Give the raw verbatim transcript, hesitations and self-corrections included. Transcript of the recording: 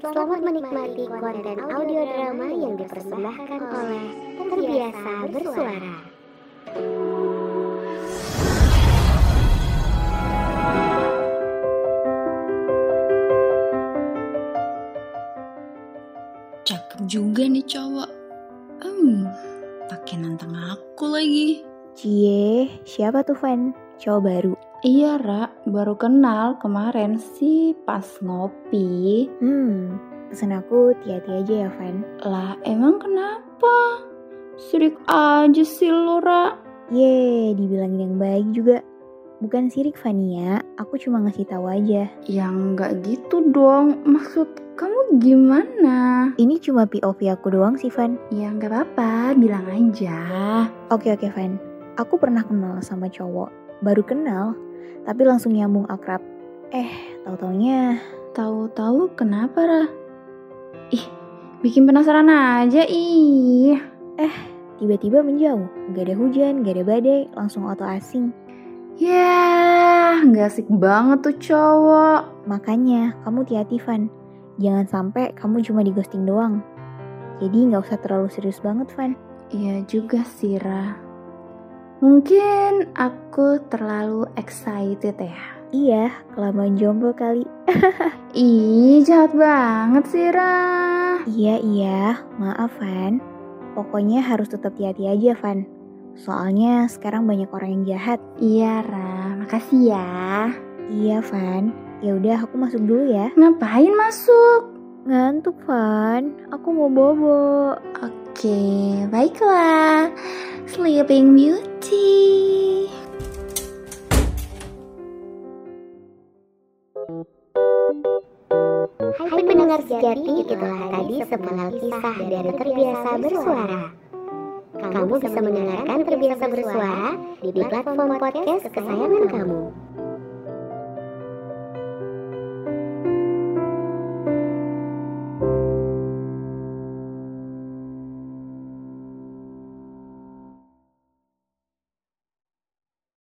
Selamat menikmati konten audio drama yang dipersembahkan oleh Terbiasa Bersuara. Cakep juga nih cowok. Hmm, pakai nantang aku lagi. Cie, siapa tuh Van? Cowok baru? Iya Ra, baru kenal kemarin sih pas ngopi. Hmm, pesan aku hati-hati aja ya Van. Lah emang kenapa? Sirik aja sih lo Ra. Ye, dibilangin yang baik juga. Bukan sirik Vania, aku cuma ngasih tahu aja. Yang nggak gitu dong, maksud kamu gimana? Ini cuma P O V aku doang sih Van. Ya nggak apa-apa, bilang aja. Oke oke Van, aku pernah kenal sama cowok. Baru kenal, tapi langsung nyambung akrab. Eh, tahu-taunya Tahu-tahu kenapa Ra? Ih, bikin penasaran aja ih. tiba-tiba menjauh. Gak ada hujan, gak ada badai, langsung auto asing. Yah, nggak asik banget tuh cowok. Makanya, kamu hati-hati Van. Jangan sampai kamu cuma di ghosting doang. Jadi gak usah terlalu serius banget Van. Iya juga sih Ra. Mungkin aku terlalu excited ya. Iya, kelamaan jomblo kali. Ih, jahat banget sih Ra. Iya, iya, maaf Van. Pokoknya harus tetap hati-hati aja Van. Soalnya sekarang banyak orang yang jahat. Iya Ra, makasih ya. Iya Van, ya udah aku masuk dulu ya. Ngapain masuk? Ngantuk Van, aku mau bobo. Oke, baiklah. Sleeping Beauty. Hai pendengar sejati, itulah tadi sepenggal kisah dari Terbiasa Bersuara. Kamu bisa mendengarkan Terbiasa Bersuara di platform podcast kesayangan kamu.